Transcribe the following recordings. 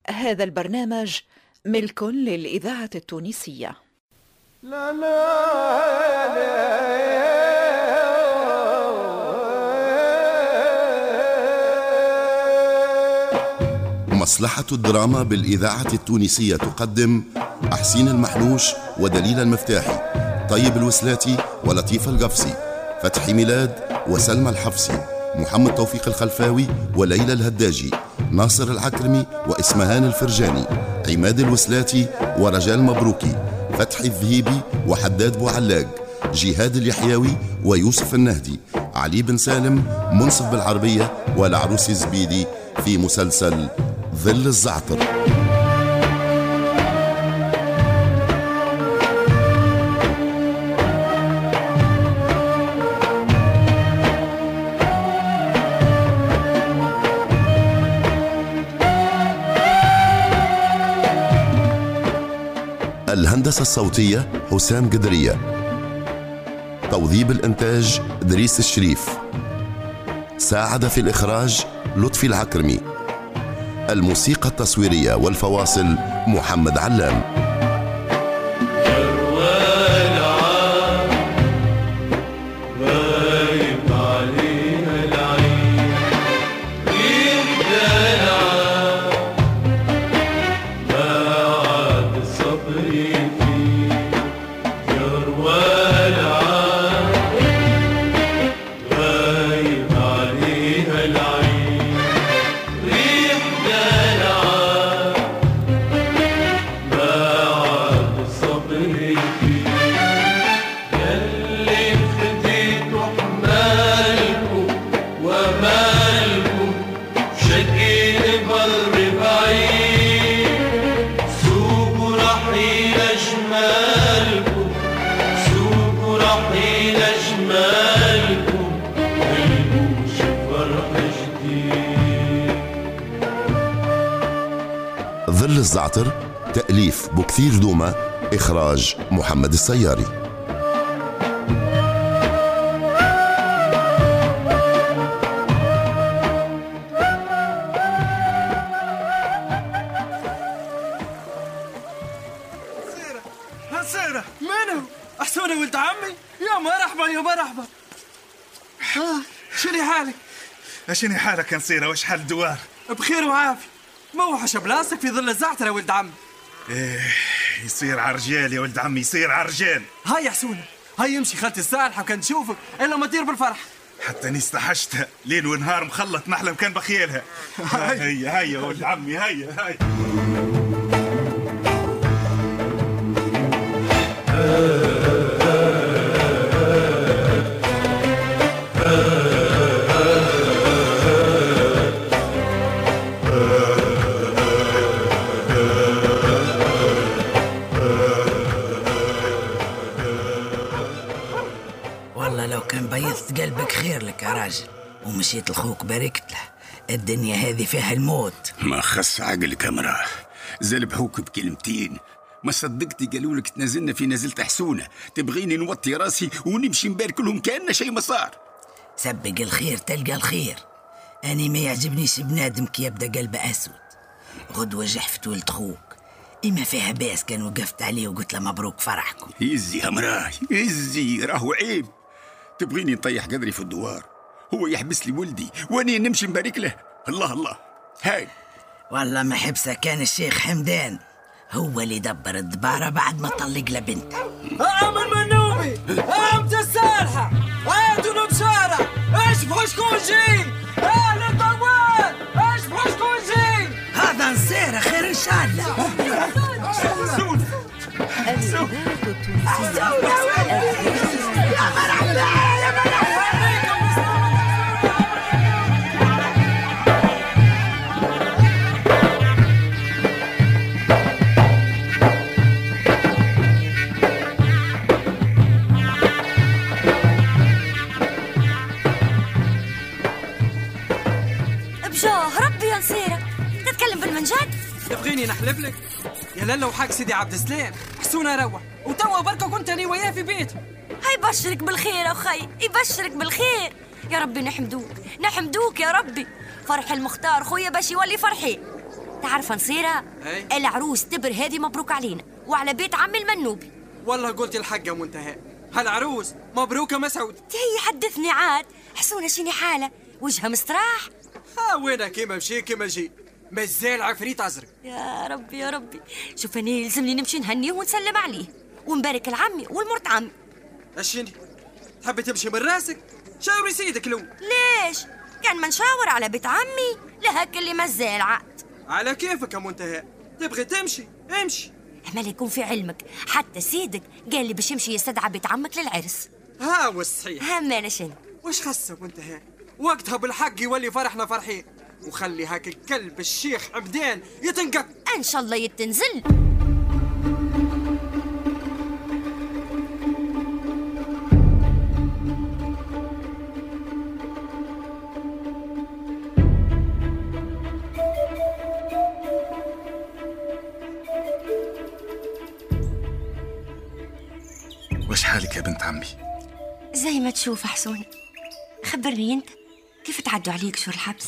هذا البرنامج ملك للإذاعة التونسية. لا لا مصلحة الدراما بالإذاعة التونسية تقدم أحسين المحلوش ودليل المفتاحي، طيب الوسلاتي ولطيف القفصي، فتحي ميلاد وسلمى الحفصي، محمد توفيق الخلفاوي وليلى الهداجي، ناصر العكرمي وإسمهان الفرجاني، عماد الوسلاتي ورجال مبروكي، فتحي الذهيبي وحداد بوعلاق، جهاد اليحيوي ويوسف النهدي، علي بن سالم، منصف بالعربية والعروس الزبيدي في مسلسل ظل الزعتر. الهندسة الصوتية حسام قدرية، توظيب الإنتاج دريس الشريف، ساعد في الإخراج لطفي العكرمي، الموسيقى التصويرية والفواصل محمد علام. ظل الزعتر، تأليف بكثير دومة، إخراج محمد السياري. سيرة منو؟ أحسوني ولد عمي، يا مرحبا يا مرحبا. شني حالك؟ شني حالك يا نصيرة؟ وش حال الدوار؟ بخير وعافية. موحش بلاصتك في ظل الزعتر يا ولد عمي. ايه يصير عرجال يا ولد عمي، يصير عرجال. هاي يا حسونة، هاي يمشي خالتي السالحة وكان تشوفك إلا ما تطير بالفرح. حتى اني استحشتها ليل ونهار مخلط محلم كان بخيالها. هيا هيا يا ولد عمي، هيا هيا. والله لو كان بيضت قلبك خير لك يا راجل ومشيت لخوك باركت له. الدنيا هذه فيها الموت. ما خص عقلك يا مراه، زلبحوك بكلمتين. ما صدقتي قالوا لك تنزلنا في نزلة حسونة، تبغيني نوطي راسي ونمشي نبارك لهم كأن شيء ما صار. سبق الخير تلقى الخير. أنا ما يعجبنيش بنادم كي يبدا قلبه أسود. غدوة جحفت ولد خوك، إما فيها باس كان وقفت عليه وقلت له مبروك فرحكم. يزي يا مراه يزي، راهو عيب. تبغيني نطيح قدري في الدوار، هو يحبس لي ولدي واني نمشي نبارك له. الله الله. هاي والله ما حبسه كان الشيخ حمدان، هو اللي دبر الدبارة بعد ما طلق له بنته. من منوبي أمت السالحة عادوا بشارع اشبحوا شكون جي أهل الطوال اشبحوا شكون جي. هذا نصير خير إن شاء الله. الإذاعة التونسية. يا مرحبا يا مرحبا. بجاه ربي يا نصيرة تتكلم بالمنجد. تبغيني نحلف لك يا لالا وحق سيدي عبد السلام حسونة روح وتوا بركة كنت أنا وياه في بيته. هاي بشرك بالخير أخي، يبشرك بالخير يا ربي. نحمدوك يا ربي. فرح المختار خويا باش يولي فرحي. تعرف نصيرة العروس تبر هذه مبروك علينا وعلى بيت عمي المنوبي. والله قلت الحق يا منتهى، هالعروس مبروكة مسعود. هي حدثني عاد حسونة شيني حالة وجهها مستراح. وينك كيما مشي كيما جي مازال عفريت أزرق. يا ربي يا ربي، شوف أنا يلزمني نمشي نهنيه ونسلم عليه ونبارك العمي والمرت عمي. أشيني تحبي تمشي من راسك؟ شاوري سيدك لو. ليش؟ كان ما نشاور على بيت عمي لهك اللي مازال عاد. على كيفك يا منتهى، تبغي تمشي امشي. احمل يكون في علمك حتى سيدك قال لي باش يمشي يستدعى بيت عمك للعرس. ها والصحيح. همانا شنو؟ وش خصه منتهى؟ وقتها بالحق يولي فرحنا فرحين، وخلي هاك الكلب الشيخ عبدين يتنقط. ان شاء الله يتنزل. وش حالك يا بنت عمي؟ زي ما تشوف حسون. خبرني انت كيف تعدوا عليك شهور الحبس؟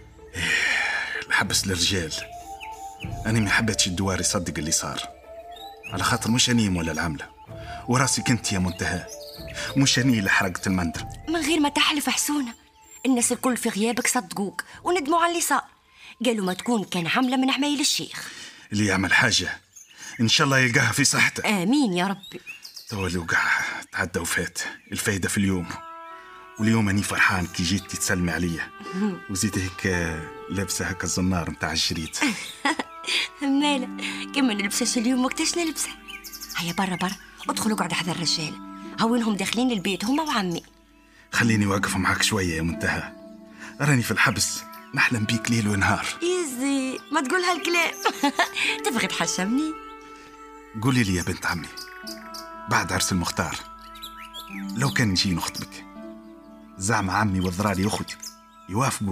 الحبس للرجال. أنا ما حبيتش الدوار يصدق اللي صار، على خاطر مش أنيم ولا العملة، وراسي كنت يا منتهى، مش أني اللي حرقت المندر. من غير ما تحلف حسونة، الناس الكل في غيابك صدقوك وندموا على اللي صار، قالوا ما تكون كان عملة من حمايل الشيخ. اللي يعمل حاجة إن شاء الله يلقاها في صحته. آمين يا ربي. تو اللي وقع تعدى وفات، الفايدة في اليوم، واليوم أني فرحان كي جيتي تسلمي عليا وزيد هيك لابسة هكا الزنار متاع الشريط. مالا كما نلبسهاش اليوم وقتاش نلبسها. هيا برا ادخل اقعد حذا الرجال، هاوينهم داخلين البيت هما وعمي. خليني واقف معاك شوية يا منتهى، راني في الحبس نحلم بيك ليل ونهار. يزي ما تقول هالكلام. تبغي تحشمني؟ قولي لي يا بنت عمي، بعد عرس المختار لو كان نجي نخطبك، زعم عمي والضراري أختي يوافقوا؟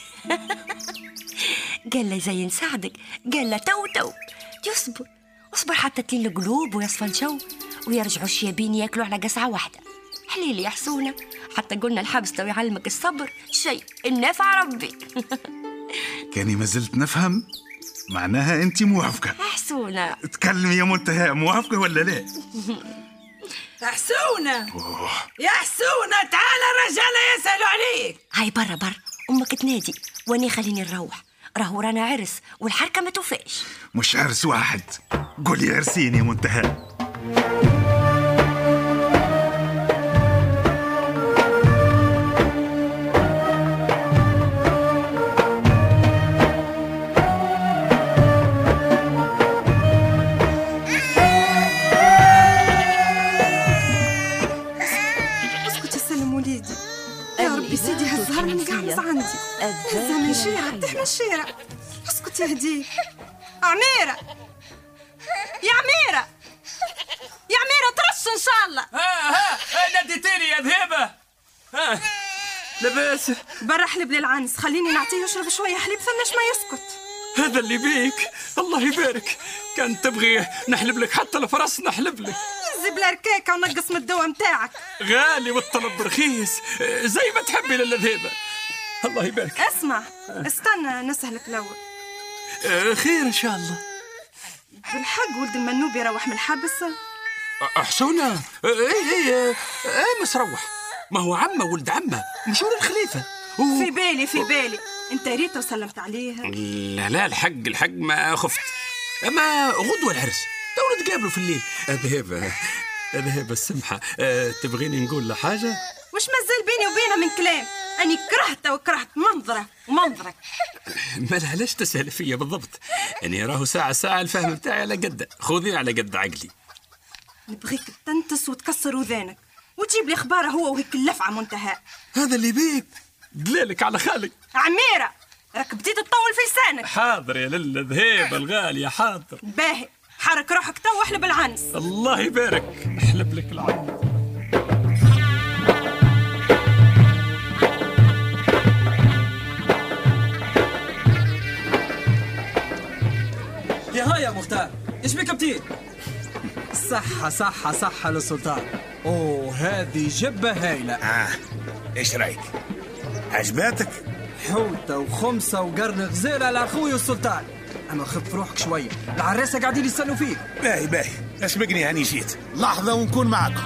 قال لي زي نساعدك، قال له تو اصبر حتى تلين القلوب ويصفى الجو ويرجعوا الشيابين ياكلوا على قصعة واحدة. حليلي يا حسونة، حتى قلنا الحبس تو يعلمك الصبر، شيء النافع ربي. كاني ما زلت نفهم، معناها أنت موافقة. حسونة تكلمي يا منتهى، موافقة ولا لا؟ حسونة يا حسونة، تعال الرجالة يسألوا عليك. هاي برا أمك تنادي واني خليني نروح، راهو رانا عرس والحركة ما توفاش. مش عرس واحد، قولي عرسين يا منتهى. سيدي هالزهر من قاعد عندي، هزها من شيرة تحمى الشيرة. اسكت يا هديه. عميرة يا عميرة يا عميرة، ترش ان شاء الله. ها ناديتيني يا ذهبة. لاباس؟ برا حلب للعنز، خليني نعطيه يشرب شوية حليب ثناش ما يسكت. هذا اللي بيك، الله يبارك. كان تبغي نحلب لك حتى الفرس نحلب لك. زي بلا ركاكة ونقص من الدواء متاعك. غالي والطلب رخيص، زي ما تحبي للذهبة. الله يبارك. اسمع استنى نسهلك الأول. خير إن شاء الله. بالحق ولد المنوبي يروح من الحبس؟ حسونة ايه مسروح، ما هو عمه ولد عمه مشور الخليفة. في بالي انت ريت وسلمت عليه. لا الحق ما خفت، اما غدوة العرس تو نتقابلوا في الليل. ذهبة السمحة، تبغيني نقول له حاجة؟ وش مازال بيني وبينه من كلام؟ أني كرهت منظرك. ما علاش تسأل فيا بالضبط؟ أني راه ساعة الفهم بتاعي على قد، خذي على قد عقلي. نبغيك تنتس وتكسر وذانك وتجيب لي اخباره هو وهيك اللفعة منتهى. هذا اللي بيك، دلالك على خالك. عميرة راك بديت تطول في لسانك. حاضر يا للا ذهيبة الغالية، حاضر. باهي حرك روحك تو واحلب العنز. الله يبارك، احلب لك العنز. يا مختار، ايش بك بتين؟ صحة للسلطان. هذه جبة هايلة. ايش رايك؟ عجباتك؟ حوتة وخمسة وقرن غزيرة لأخوي السلطان. انا خف روحك شويه، العراسه قاعدين يستنوا فيك. باهي اسبقني هاني جيت، لحظه ونكون معكم.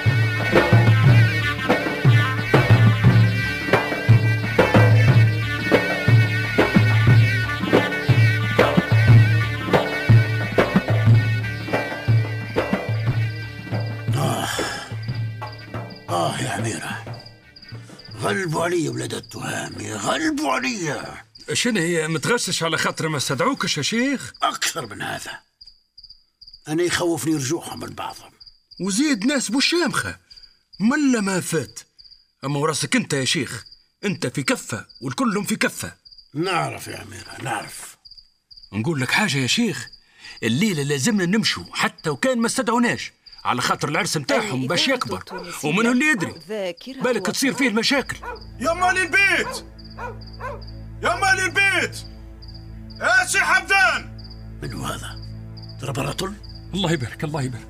يا عميرة، غلبوا علي ولاد التهامي، غلبوا علي. شنو هي متغشش على خاطر ما استدعوكش يا شيخ؟ أكثر من هذا، أنا يخوفني رجوعهم من بعضهم. وزيد ناس بوشامخة ملا ما فات. أما وراسك أنت يا شيخ، أنت في كفة والكلهم في كفة. نعرف يا عميرة نعرف. نقول لك حاجة يا شيخ، الليلة لازمنا نمشوا حتى وكان ما استدعوناش، على خاطر العرس متاعهم باش يكبر، ومنه اللي يدري بالك تصير فيه المشاكل. يا مالي البيت، يا مالي البيت، يا سي حمدان. منو هذا؟ ترى برطل؟ الله يبارك الله يبارك.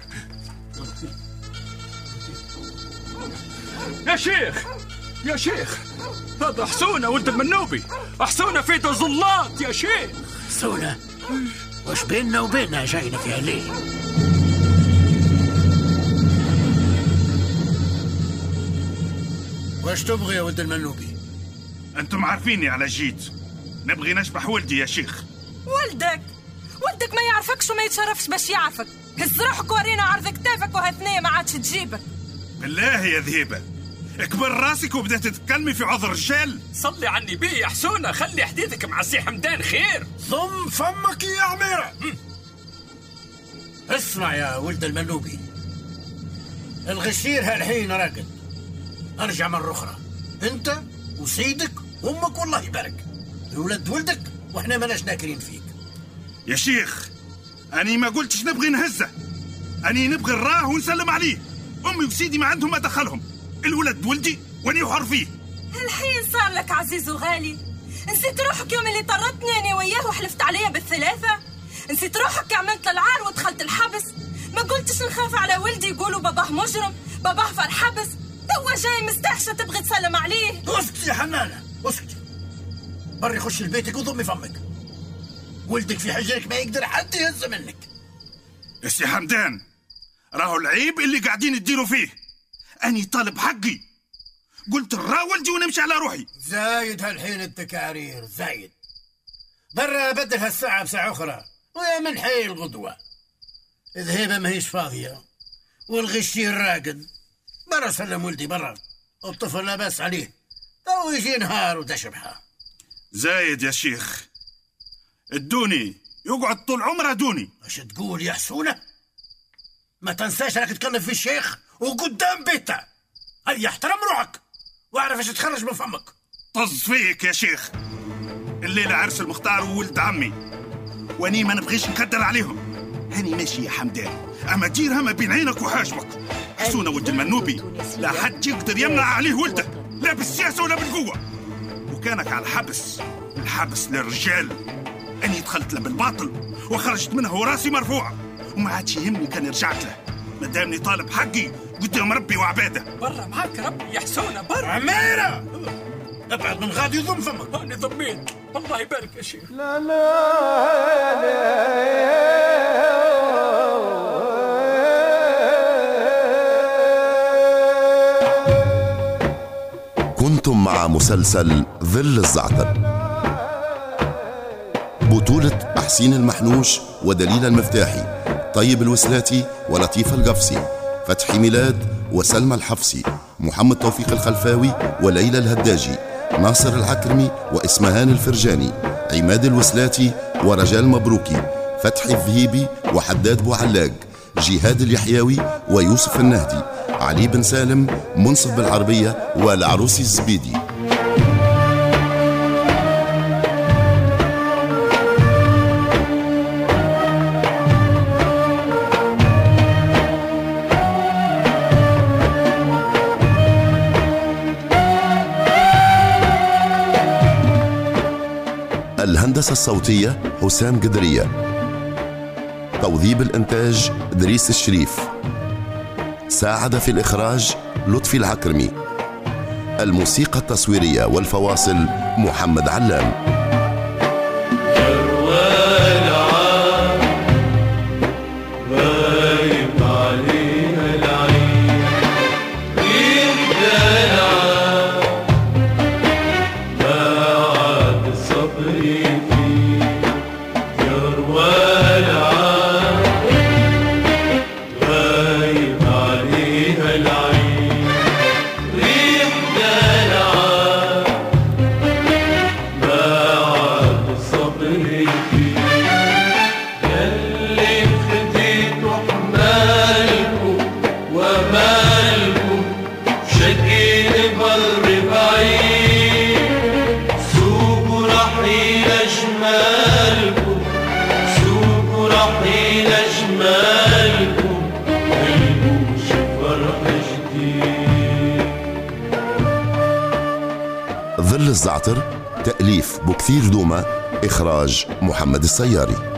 يا شيخ يا شيخ، هذا حسونة ولد المنوبي، حسونة في ظلات يا شيخ. حسونة؟ وش بيننا وبينها جاينا في الليل؟ وش تبغي يا ولد المنوبي؟ انتم عارفيني على جيت، نبغي نشبح ولدي يا شيخ. ولدك ما يعرفكش وما يتشرفش باش يعرفك. هز روحك ورينا عرض كتافك وهالثنية ما عادش تجيبك. بالله يا ذهيبة، اكبر راسك وبدأت تتكلمي في عذر الرجال. صلي على النبي يا حسونة، خلي حديثك مع سي حمدان خير. ضم فمك يا عميرة. اسمع يا ولد المنوبي، الغشير هالحين راقد، ارجع مرة أخرى، انت وسيدك وامك والله يبارك، الولد ولدك واحنا ماناش ناكرين فيك. يا شيخ اني ما قلتش نبغي نهزه، اني نبغي نراه ونسلم عليه. امي وسيدي ما عندهم ما دخلهم، الولد ولدي واني حر فيه. الحين صار لك عزيز وغالي، نسيت روحك يوم اللي طردتني انا وياه وحلفت عليا بالثلاثه؟ نسيت روحك عملت العار ودخلت الحبس؟ ما قلتش نخاف على ولدي يقولوا باباه مجرم، باباه في الحبس، توا جاي مستحشة تبغي تسلم عليه؟ اسكتي يا حنانة اسكتي، بري خش لبيتك وضمي فمك، ولدك في حجرك ما يقدر حد يهز منك. يا سي حمدان، راهو العيب اللي قاعدين تديروا فيه، اني طالب حقي، قلت نرا ولدي ونمشي على روحي. زايد هالحين التكارير زايد، برا بدل هالساعة بساعة أخرى، ويا من حي الغدوة. ذهيبة ماهيش فاضية والغشير راقد، برا سلم ولدي برا، الطفل لا باس عليه، تو يجي نهار وتشبحه. زايد يا شيخ، الدوني يقعد طول عمره دوني. ايش تقول يا حسونة؟ ما تنساش انك تتكلم في الشيخ وقدام بيته، هيا احترم روحك واعرف ايش تخرج من فمك. طز فيك يا شيخ، الليلة عرس المختار وولد عمي، واني ما نبغيش نكدر عليهم. هاني ماشي يا حمدان، اما ديرها ما بين عينك وحاجبك. حسونة ولد المنوبي لا حد يقدر يمنع عليه ولده، لا بالسياسة ولا بالقوة. وكانك على الحبس للرجال، اني دخلت له بالباطل وخرجت منه وراسي مرفوع، وما عادش يهمني كان رجعت له، مادامني طالب حقي قدام ربي وعباده. برا معاك ربي يا حسونة برا. عميرة ابعد من غادي يضم فمك. أنا ضميت الله يبارك يا شيخ. لا لا كنتم مع مسلسل ظل الزعتر، بطولة حسين المحنوش ودليل المفتاحي، طيب الوسلاتي ولطيف القفصي، فتحي ميلاد وسلمى الحفصي، محمد توفيق الخلفاوي وليلى الهداجي، ناصر العكرمي وإسمهان الفرجاني، عماد الوسلاتي ورجال مبروكي، فتحي الذهيبي وحداد بوعلاق، جهاد اليحياوي ويوسف النهدي، علي بن سالم، منصف بالعربية والعروسي الزبيدي. الهندسة الصوتية حسام قدرية، توظيب الإنتاج دريس الشريف، ساعد في الإخراج لطفي العكرمي، الموسيقى التصويرية والفواصل محمد علام. ظل الزعتر، تأليف بكثير دوما، إخراج محمد السياري.